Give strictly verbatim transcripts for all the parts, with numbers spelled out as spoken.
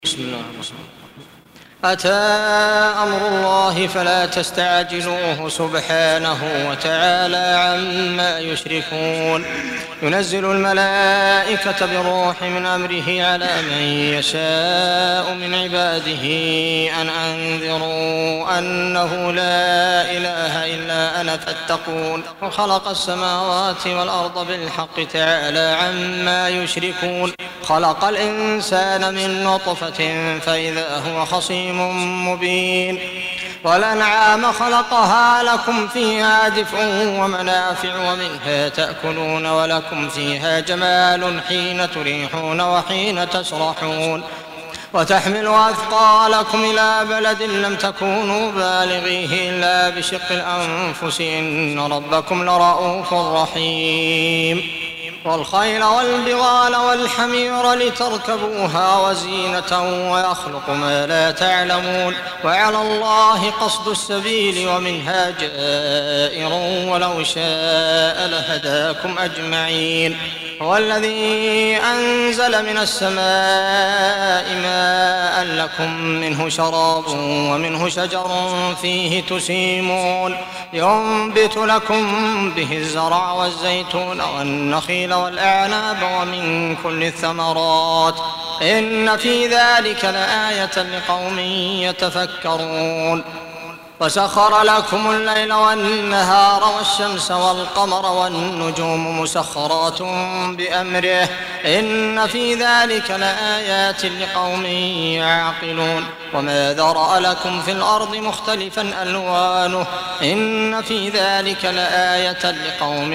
بسم الله الرحمن الرحيم. أتى أمر الله فلا تستعجلوه سبحانه وتعالى عما يشركون. ينزل الملائكة بالروح من أمره على من يشاء من عباده أن أنذروا أنه لا إله إلا أنا فاتقون. وخلق السماوات والأرض بالحق تعالى عما يشركون. خلق الإنسان من نطفة فإذا هو خصيم مبين. والأنعام خلقها لكم فيها دفء ومنافع ومنها تأكلون ولكم فيها جمال حين تريحون وحين تسرحون. وتحمل أثقالكم إلى بلد لم تكونوا بالغيه إلا بشق الأنفس إن ربكم لرؤوف رحيم. والخيل والبغال والحمير لتركبوها وزينة ويخلق ما لا تعلمون. وعلى الله قصد السبيل ومنها جائر ولو شاء لهداكم أجمعين. هو الذي أنزل من السماء ماء لكم منه شراب ومنه شجر فيه تسيمون. ينبت لكم به الزرع والزيتون والنخيل والأعناب ومن كل الثمرات إن في ذلك لآية لقوم يتفكرون. وسخر لكم الليل والنهار والشمس والقمر والنجوم مسخرات بأمره إن في ذلك لآيات لقوم يعقلون. وما ذرأ لكم في الأرض مختلفا ألوانه إن في ذلك لآية لقوم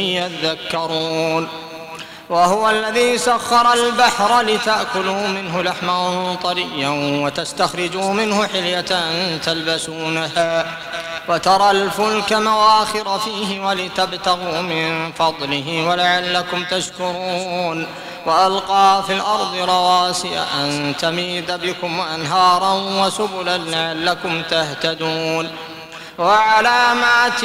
يذكرون. وهو الذي سخر البحر لتأكلوا منه لحما طريا وتستخرجوا منه حلية تلبسونها وترى الفلك مواخر فيه ولتبتغوا من فضله ولعلكم تشكرون. وألقى في الأرض رواسي أن تميد بكم أنهارا وسبلا لعلكم تهتدون. وعلامات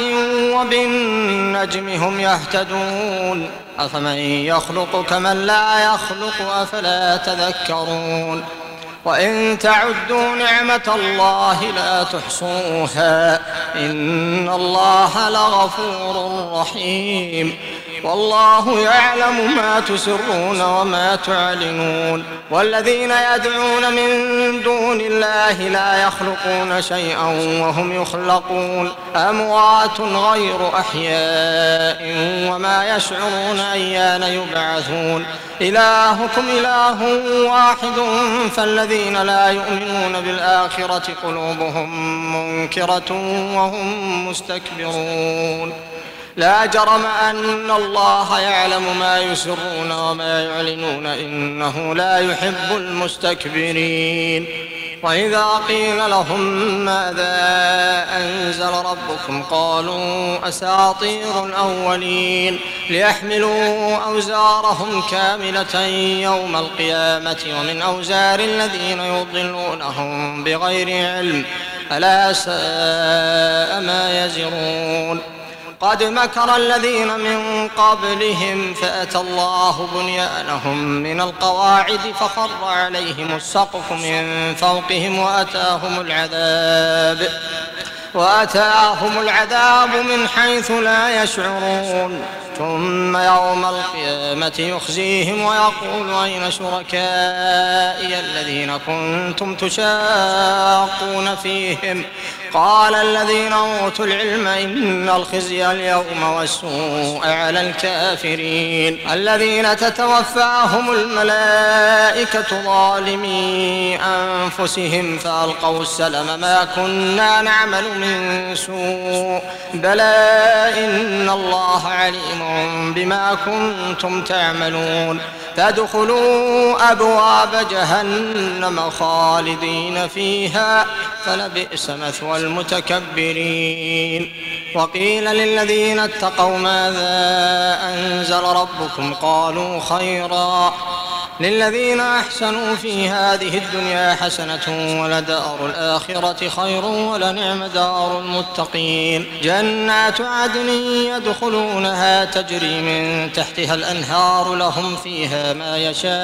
وبالنجم هم يهتدون. أفمن يخلق كمن لا يخلق أفلا تذكرون. وإن تعدوا نعمة الله لا تحصوها إن الله لغفور رحيم. والله يعلم ما تسرون وما تعلنون. والذين يدعون من دون الله لا يخلقون شيئا وهم يخلقون أموات غير أحياء وما يشعرون أيان يبعثون. إلهكم إله واحد فالذين لا يؤمنون بالآخرة قلوبهم منكرة وهم مستكبرون. لا جرم أن الله يعلم ما يسرون وما يعلنون إنه لا يحب المستكبرين. وإذا قيل لهم ماذا أنزل ربكم قالوا أساطير الأولين ليحملوا أوزارهم كاملة يوم القيامة ومن أوزار الذين يضلونهم بغير علم ألا ساء ما يزرون. قد مكر الذين من قبلهم فأتى الله بنيانهم من القواعد فخر عليهم السقف من فوقهم وأتاهم العذاب وأتاهم العذاب من حيث لا يشعرون. ثم يوم القيامة يخزيهم ويقول أين شركائي الذين كنتم تشاقون فيهم قال الذين أوتوا العلم إن الخزي اليوم والسوء على الكافرين الذين تتوفاهم الملائكة ظالمي أنفسهم فألقوا السلم ما كنا نعمل من سوء بلى إن الله عليم بما كنتم تعملون. فادخلوا أبواب جهنم خالدين فيها فلبئس مثوى المتكبرين. وقيل للذين اتقوا ماذا أنزل ربكم قالوا خيرا للذين أحسنوا في هذه الدنيا حسنة ولدار الآخرة خير ولنعم دار المتقين جنات عدن يدخلونها تجري من تحتها الأنهار لهم فيها ما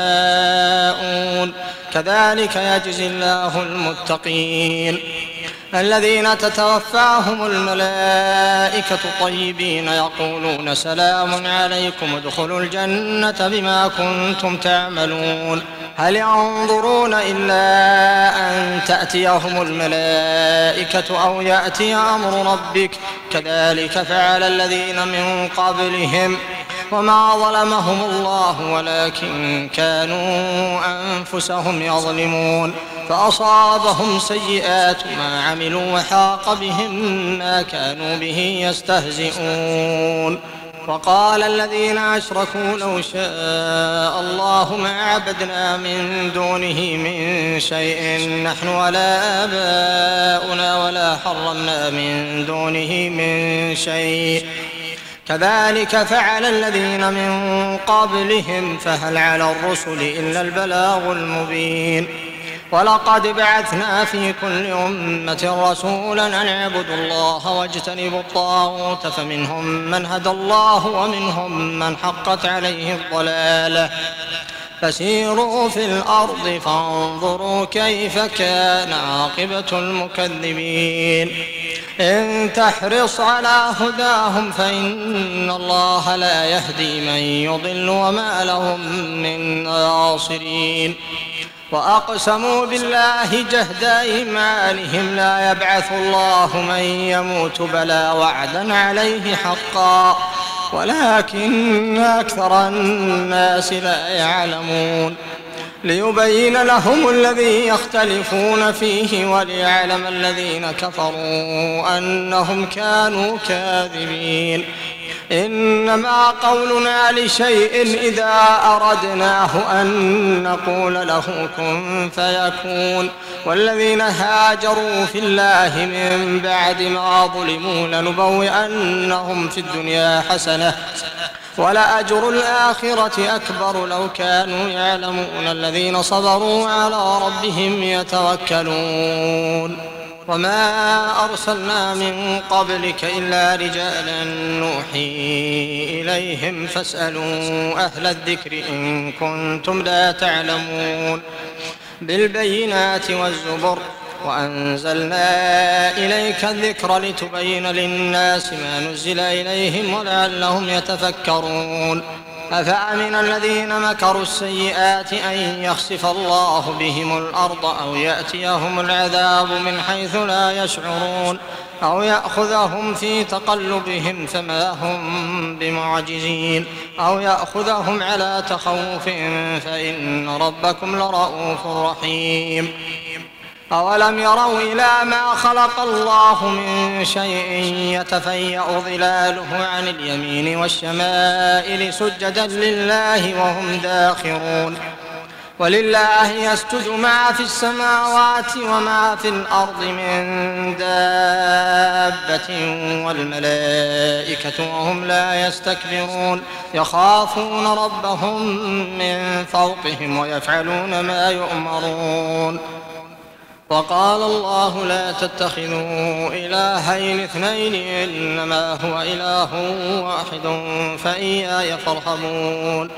يشاءون كذلك يجزي الله المتقين الذين تتوفاهم الملائكة طيبين يقولون سلام عليكم ادخلوا الجنة بما كنتم تعملون هل ينظرون إلا أن تأتيهم الملائكة أو يأتي أمر ربك كذلك فعل الذين من قبلهم وما ظلمهم الله ولكن كانوا أنفسهم يظلمون فأصابهم سيئات ما عملوا وحاق بهم ما كانوا به يستهزئون وقال الذين أشركوا لو شاء الله ما عبدنا من دونه من شيء نحن ولا آباؤنا ولا حرمنا من دونه من شيء كذلك فعل الذين من قبلهم فهل على الرسل إلا البلاغ المبين ولقد بعثنا في كل أمة رسولا أن اعبدوا الله واجتنبوا الطاغوت فمنهم من هدى الله ومنهم من حقت عليه الضلالة فسيروا في الأرض فانظروا كيف كان عاقبة المكذبين إن تحرص على هداهم فإن الله لا يهدي من يضل وما لهم من ناصرين وأقسموا بالله جهد أيمانهم لا يبعث الله من يموت بلى وعدا عليه حقا ولكن أكثر الناس لا يعلمون ليبين لهم الذي يختلفون فيه وليعلم الذين كفروا أنهم كانوا كاذبين إنما قولنا لشيء إذا أردناه أن نقول له كن فيكون والذين هاجروا في الله من بعد ما ظلموا لنبوئنهم في الدنيا حسنة ولأجر الآخرة أكبر لو كانوا يعلمون الذين صبروا على ربهم يتوكلون وما أرسلنا من قبلك إلا رجالا نوحي إليهم فاسألوا أهل الذكر إن كنتم لا تعلمون بالبينات والزبر وأنزلنا إليك الذكر لتبين للناس ما نزل إليهم ولعلهم يتفكرون أفأمن الذين مكروا السيئات أن يخسف الله بهم الأرض أو يأتيهم العذاب من حيث لا يشعرون أو يأخذهم في تقلبهم فما هم بمعجزين أو يأخذهم على تخوف فإن ربكم لرؤوف رحيم أولم يروا إلى ما خلق الله من شيء يتفيأ ظلاله عن اليمين والشمائل سجدا لله وهم داخرون ولله يسجد ما في السماوات وما في الأرض من دابة والملائكة وهم لا يستكبرون يخافون ربهم من فوقهم ويفعلون ما يؤمرون وقال الله لا تتخذوا إلهين اثنين إنما هو إله واحد فإياي فارهبون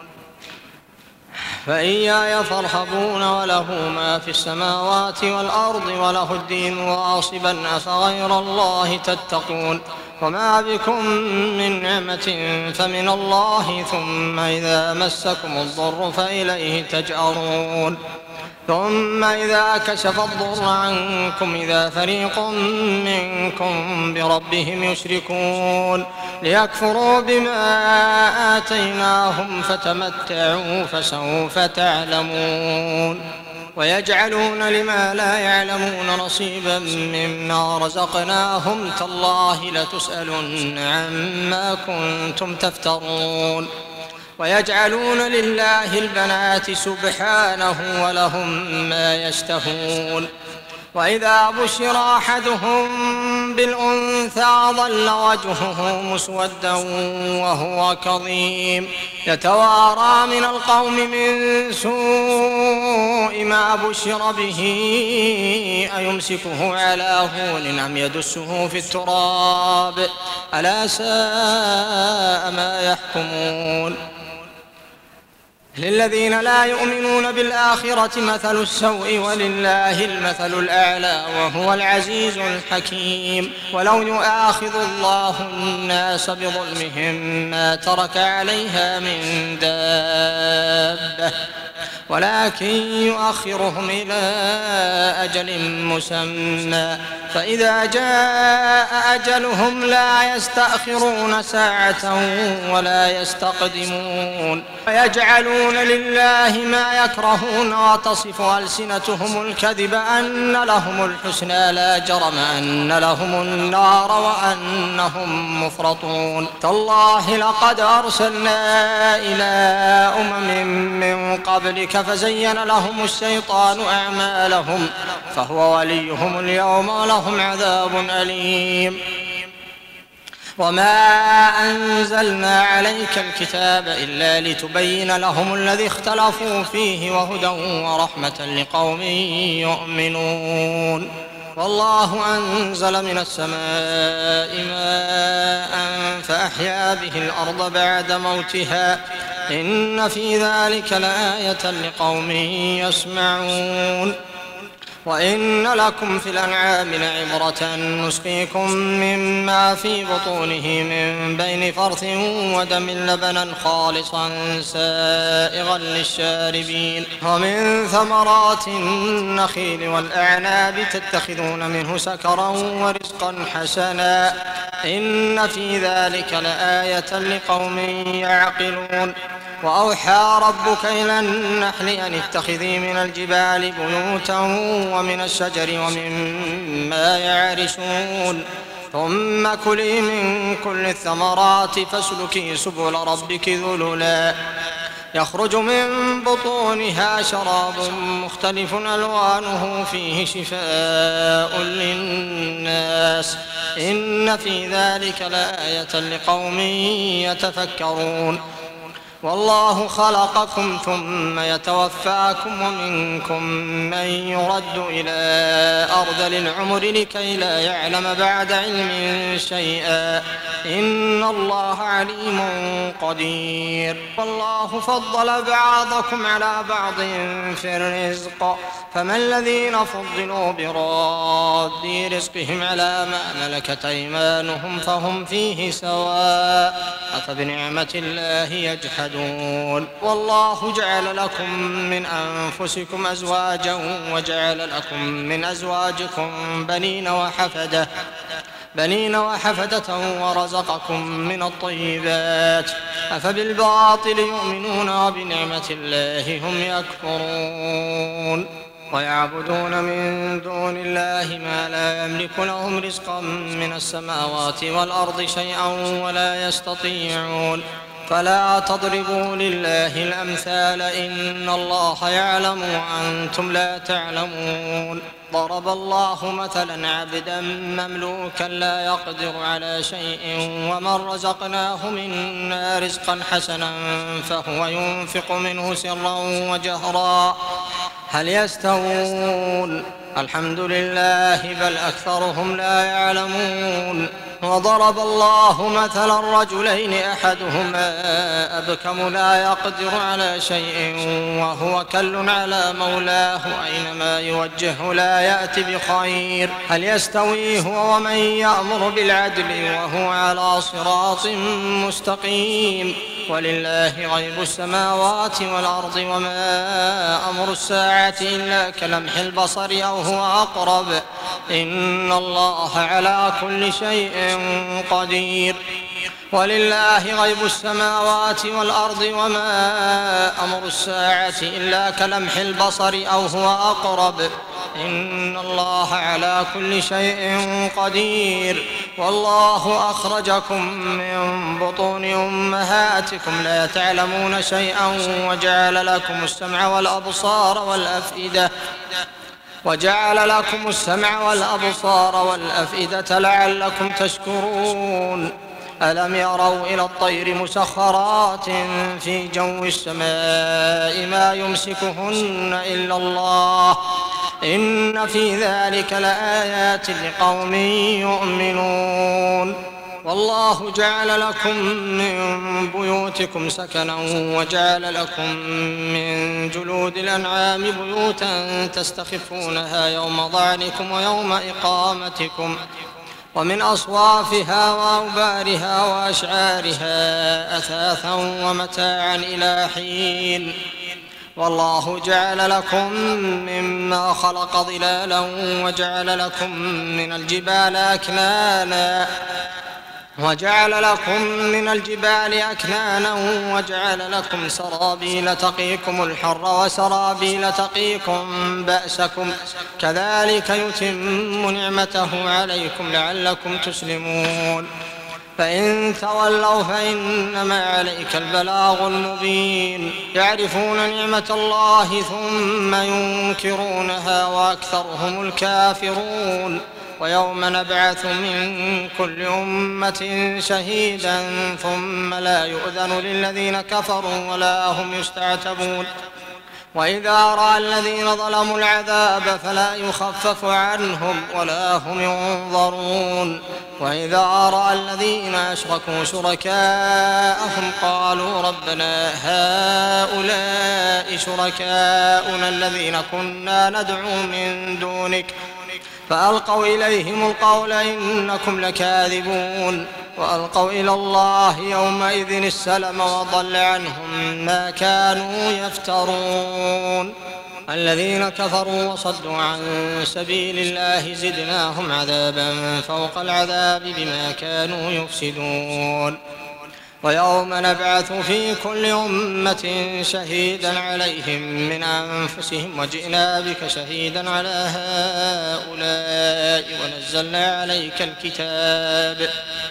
فإياي فارهبون وله ما في السماوات والأرض وله الدين واصبا أفغير الله تتقون وما بكم من نعمة فمن الله ثم إذا مسكم الضر فإليه تجأرون ثم إذا كشف الضر عنكم إذا فريق منكم بربهم يشركون ليكفروا بما آتيناهم فتمتعوا فسوف تعلمون ويجعلون لما لا يعلمون نصيبا مما رزقناهم تالله لتسألن عما كنتم تفترون ويجعلون لله البنات سبحانه ولهم ما يشتهون وإذا بشر أحدهم بالأنثى ظل وجهه مسودا وهو كظيم يتوارى من القوم من سوء ما بشر به أيمسكه على هون أم يدسه في التراب ألا ساء ما يحكمون للذين لا يؤمنون بالآخرة مثل السوء ولله المثل الأعلى وهو العزيز الحكيم ولو يؤاخذ الله الناس بظلمهم ما ترك عليها من دابة ولكن يؤخرهم إلى أجل مسمى فإذا جاء أجلهم لا يستأخرون ساعة ولا يستقدمون ويجعلون لله ما يكرهون وتصف ألسنتهم الكذب أن لهم الحسنى لا جرم أن لهم النار وأنهم مفرطون تالله لقد أرسلنا إلى أمم من قبلك فزين لهم الشيطان أعمالهم فهو وليهم اليوم ولهم عذاب أليم وما أنزلنا عليك الكتاب إلا لتبين لهم الذي اختلفوا فيه وهدى ورحمة لقوم يؤمنون والله أنزل من السماء ماء فأحيا به الأرض بعد موتها إن في ذلك لآية لقوم يسمعون وإن لكم في الأنعام لعبرة نسقيكم مما في بطونه من بين فرث ودم لبنا خالصا سائغا للشاربين ومن ثمرات النخيل والأعناب تتخذون منه سكرا ورزقا حسنا إن في ذلك لآية لقوم يعقلون وأوحى ربك إلى النحل أن اتخذي من الجبال بيوتا ومن الشجر ومما يعرشون ثم كلي من كل الثمرات فاسلكي سبل ربك ذللا يخرج من بطونها شراب مختلف ألوانه فيه شفاء للناس إن في ذلك لآية لقوم يتفكرون والله خلقكم ثم يتوفاكم ومنكم من يرد إلى أرذل العمر لكي لا يعلم بعد علم شيئا إن الله عليم قدير والله فضل بعضكم على بعض في الرزق فما الذين فضلوا براد رزقهم على ما ملكت أيمانهم فهم فيه سواء أفبنعمة الله يجحدون والله جعل لكم من أنفسكم أزواجا وجعل لكم من أزواجكم بنين وحفدة بنين وحفدة ورزقكم من الطيبات أفبالباطل يؤمنون وبنعمة الله هم يكفرون ويعبدون من دون الله ما لا يملك لهم رزقا من السماوات والأرض شيئا ولا يستطيعون فلا تضربوا لله الأمثال إن الله يعلم وأنتم لا تعلمون ضرب الله مثلا عبدا مملوكا لا يقدر على شيء ومن رزقناه منا رزقا حسنا فهو ينفق منه سرا وجهرا هل يستوون الحمد لله بل أكثرهم لا يعلمون وضرب الله مثلا رجلين أحدهما أبكم لا يقدر على شيء وهو كل على مولاه أينما يوجهه لا يأتي بخير هل يستوي هو ومن يأمر بالعدل وهو على صراط مستقيم ولله غيب السماوات والأرض وما أمر الساعة إلا كلمح البصر أو هو أقرب إن الله على كل شيء قدير ولله غيب السماوات والأرض وما أمر الساعة إلا كلمح البصر أو هو أقرب إن الله على كل شيء قدير والله أخرجكم من بطون أمهاتكم لا تعلمون شيئا وجعل لكم السمع والأبصار والأفئدة وجعل لكم السمع والأبصار والأفئدة لعلكم تشكرون ألم يروا إلى الطير مسخرات في جو السماء ما يمسكهن إلا الله إن في ذلك لآيات لقوم يؤمنون والله جعل لكم من بيوتكم سكنا وجعل لكم من جلود الأنعام بيوتا تستخفونها يوم ضعنكم ويوم إقامتكم ومن أصوافها وأوبارها وأشعارها أثاثا ومتاعا إلى حين والله جعل لكم مما خلق ظلالا وجعل لكم من الجبال أكنانا وجعل لكم من الجبال أكنانا وجعل لكم سرابيل تقيكم الحر وسرابيل تقيكم بأسكم كذلك يتم نعمته عليكم لعلكم تسلمون فإن تولوا فإنما عليك البلاغ المبين يعرفون نعمة الله ثم ينكرونها وأكثرهم الكافرون ويوم نبعث من كل أمة شهيدا ثم لا يؤذن للذين كفروا ولا هم يستعتبون وإذا رأى الذين ظلموا العذاب فلا يخفف عنهم ولا هم ينظرون وإذا رأى الذين أشركوا شركاءهم قالوا ربنا هؤلاء شركاؤنا الذين كنا ندعو من دونك فألقوا إليهم القول إنكم لكاذبون وألقوا إلى الله يومئذ السلم وضل عنهم ما كانوا يفترون الذين كفروا وصدوا عن سبيل الله زدناهم عذابا فوق العذاب بما كانوا يفسدون ويوم نبعث في كل أمة شهيدا عليهم من أنفسهم وجئنا بك شهيدا على هؤلاء ونزلنا عليك الكتاب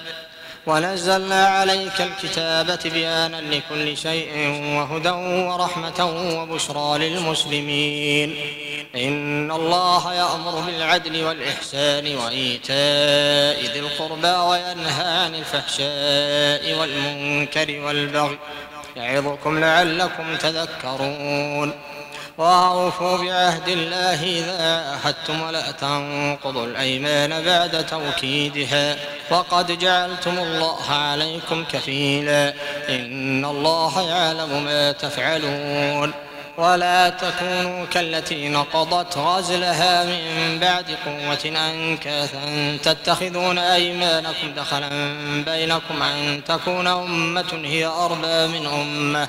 ونزلنا عليك الكتاب تبيانا لكل شيء وهدى ورحمة وبشرى للمسلمين إن الله يأمر بالعدل والإحسان وإيتاء ذي القربى وينهى عن الفحشاء والمنكر والبغي يعظكم لعلكم تذكرون وأوفوا بعهد الله إذا عاهدتم ولا تنقضوا الأيمان بعد توكيدها وقد جعلتم الله عليكم كفيلا إن الله يعلم ما تفعلون ولا تكونوا كالتي نقضت غزلها من بعد قوة أنكاثا تتخذون أيمانكم دخلا بينكم أن تكون أمة هي أربى من أمة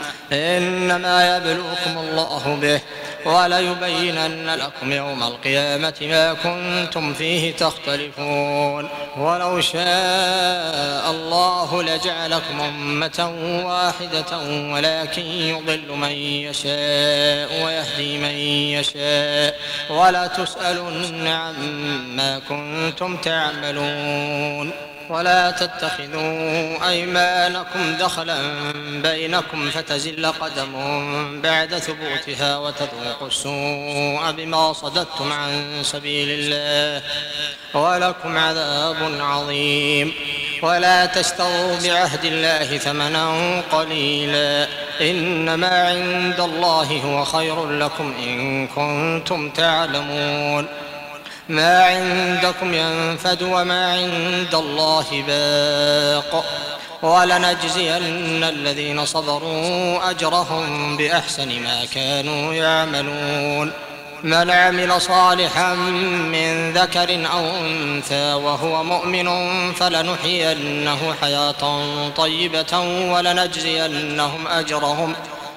إنما يبلوكم الله به وليبينن لكم يوم القيامة ما كنتم فيه تختلفون ولو شاء الله لجعلكم أمة واحدة ولكن يضل من يشاء ويهدي من يشاء ولا تسألن عما كنتم تعملون ولا تتخذوا أيمانكم دخلا بينكم فتزل قدم بعد ثبوتها وتذوقوا السوء بما صددتم عن سبيل الله ولكم عذاب عظيم ولا تشتروا بعهد الله ثمنا قليلا إنما عند الله هو خير لكم إن كنتم تعلمون ما عندكم ينفد وما عند الله باق ولنجزين الذين صبروا أجرهم بأحسن ما كانوا يعملون من عمل صالحا من ذكر أو أنثى وهو مؤمن فلنحيينه حياة طيبة ولنجزينهم أجرهم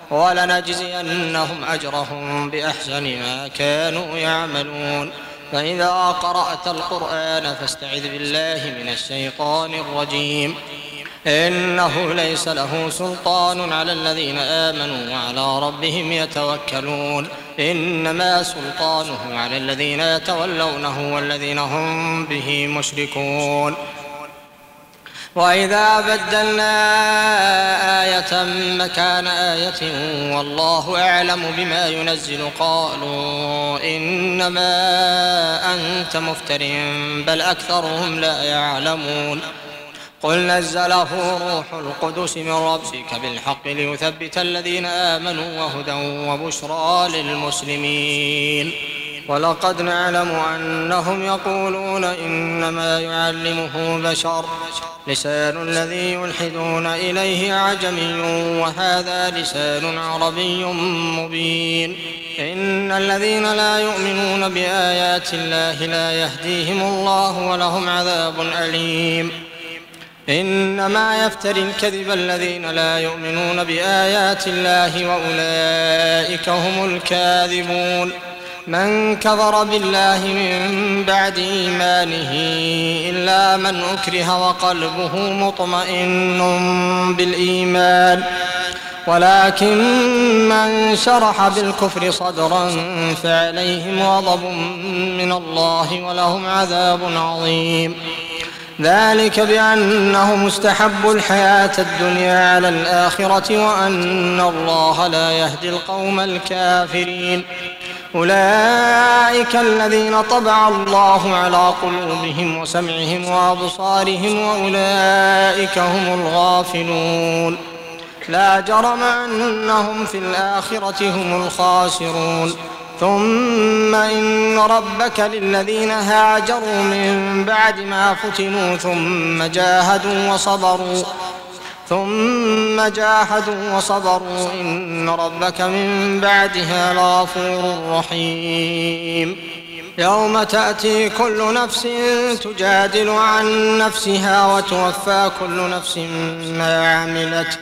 ولنجزينهم أجرهم بأحسن ما كانوا يعملون فإذا قرأت القرآن فاستعذ بالله من الشيطان الرجيم إنه ليس له سلطان على الذين آمنوا وعلى ربهم يتوكلون إنما سلطانه على الذين يتولونه والذين هم به مشركون وإذا بدلنا آية مكان آية والله أعلم بما ينزل قالوا إن إنما أنت مفتر بل أكثرهم لا يعلمون قل نزله روح القدس من ربك بالحق ليثبت الذين آمنوا وهدى وبشرى للمسلمين ولقد نعلم أنهم يقولون إنما يعلمه بشر لسان الذي يلحدون إليه أعجمي وهذا لسان عربي مبين إن الذين لا يؤمنون بآيات الله لا يهديهم الله ولهم عذاب أليم إنما يفتري الكذب الذين لا يؤمنون بآيات الله وأولئك هم الكاذبون من كفر بالله من بعد إيمانه إلا من أكره وقلبه مطمئن بالإيمان ولكن من شرح بالكفر صدرا فعليهم غضب من الله ولهم عذاب عظيم ذلك بأنهم استحبوا الحياة الدنيا على الآخرة وأن الله لا يهدي القوم الكافرين أولئك الذين طبع الله على قلوبهم وسمعهم وأبصارهم وأولئك هم الغافلون لا جرم أنهم في الآخرة هم الخاسرون ثم إن ربك للذين هاجروا من بعد ما فتنوا ثم جاهدوا وصبروا ثم جاهدوا وصبروا إن ربك من بعدها لغفور رحيم يوم تأتي كل نفس تجادل عن نفسها وتوفى كل نفس ما عملت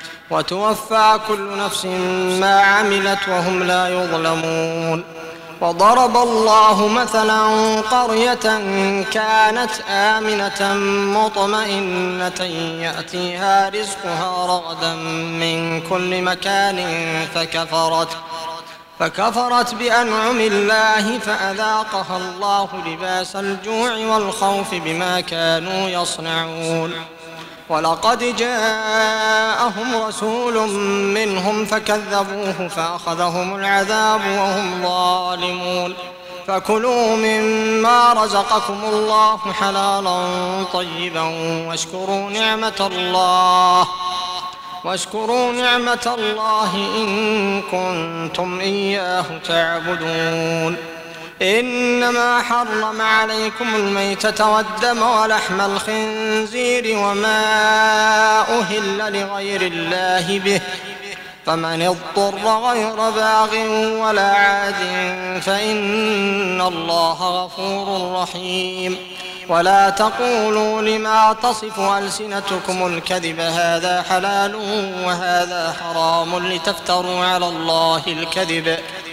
وتوفى كل نفس ما عملت وهم لا يظلمون وضرب الله مثلا قرية كانت آمنة مطمئنة يأتيها رزقها رغدا من كل مكان فكفرت فكفرت بأنعم الله فأذاقها الله لباس الجوع والخوف بما كانوا يصنعون ولقد جاءهم رسول منهم فكذبوه فأخذهم العذاب وهم ظالمون فكلوا مما رزقكم الله حلالا طيبا واشكروا نعمة الله واشكروا نعمة الله إن كنتم إياه تعبدون إنما حرم عليكم الميتة والدم ولحم الخنزير وما أهل لغير الله به فمن اضطر غير باغ ولا عاد فإن الله غفور رحيم ولا تقولوا لما تصف ألسنتكم الكذب هذا حلال وهذا حرام لتفتروا على الله الكذب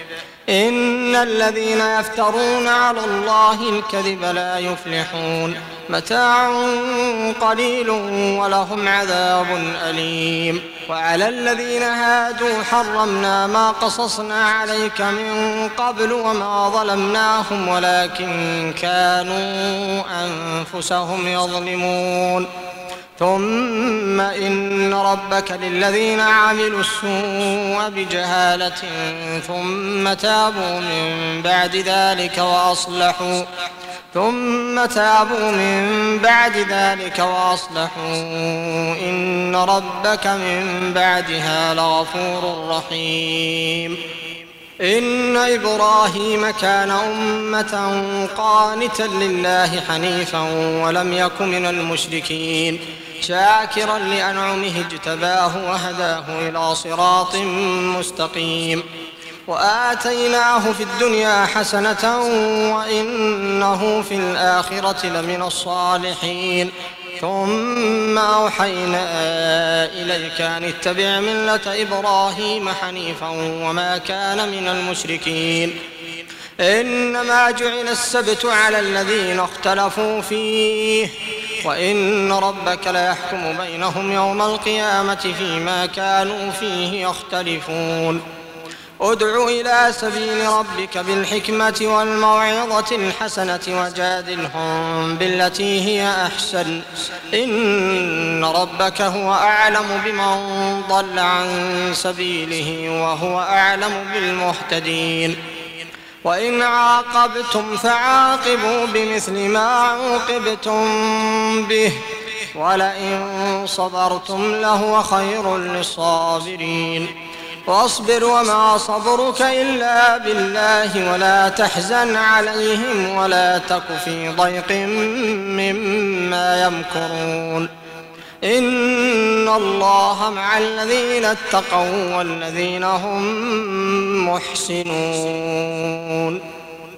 إن الذين يفترون على الله الكذب لا يفلحون متاع قليل ولهم عذاب أليم وعلى الذين هادوا حرمنا ما قصصنا عليك من قبل وما ظلمناهم ولكن كانوا أنفسهم يظلمون ثم إن ربك للذين عملوا السوء بجهالة ثم تابوا من بعد ذلك وأصلحوا ثم تابوا من بعد ذلك وأصلحوا إن ربك من بعدها لغفور رحيم إن إبراهيم كان أمة قانتا لله حنيفا ولم يك من المشركين شاكرا لأنعمه اجتباه وهداه إلى صراط مستقيم وآتيناه في الدنيا حسنة وإنه في الآخرة لمن الصالحين ثم أوحينا إليك أن اتبع ملة إبراهيم حنيفا وما كان من المشركين إنما جعل السبت على الذين اختلفوا فيه وإن ربك ليحكم بينهم يوم القيامة فيما كانوا فيه يختلفون ادع إلى سبيل ربك بالحكمة والموعظة الحسنة وجادلهم بالتي هي أحسن إن ربك هو أعلم بمن ضل عن سبيله وهو أعلم بالمهتدين وإن عاقبتم فعاقبوا بمثل ما عوقبتم به ولئن صبرتم لهو خير للصابرين واصبر وما صبرك إلا بالله ولا تحزن عليهم ولا تك في ضيق مما يمكرون إن الله مع الذين اتقوا والذين هم محسنون.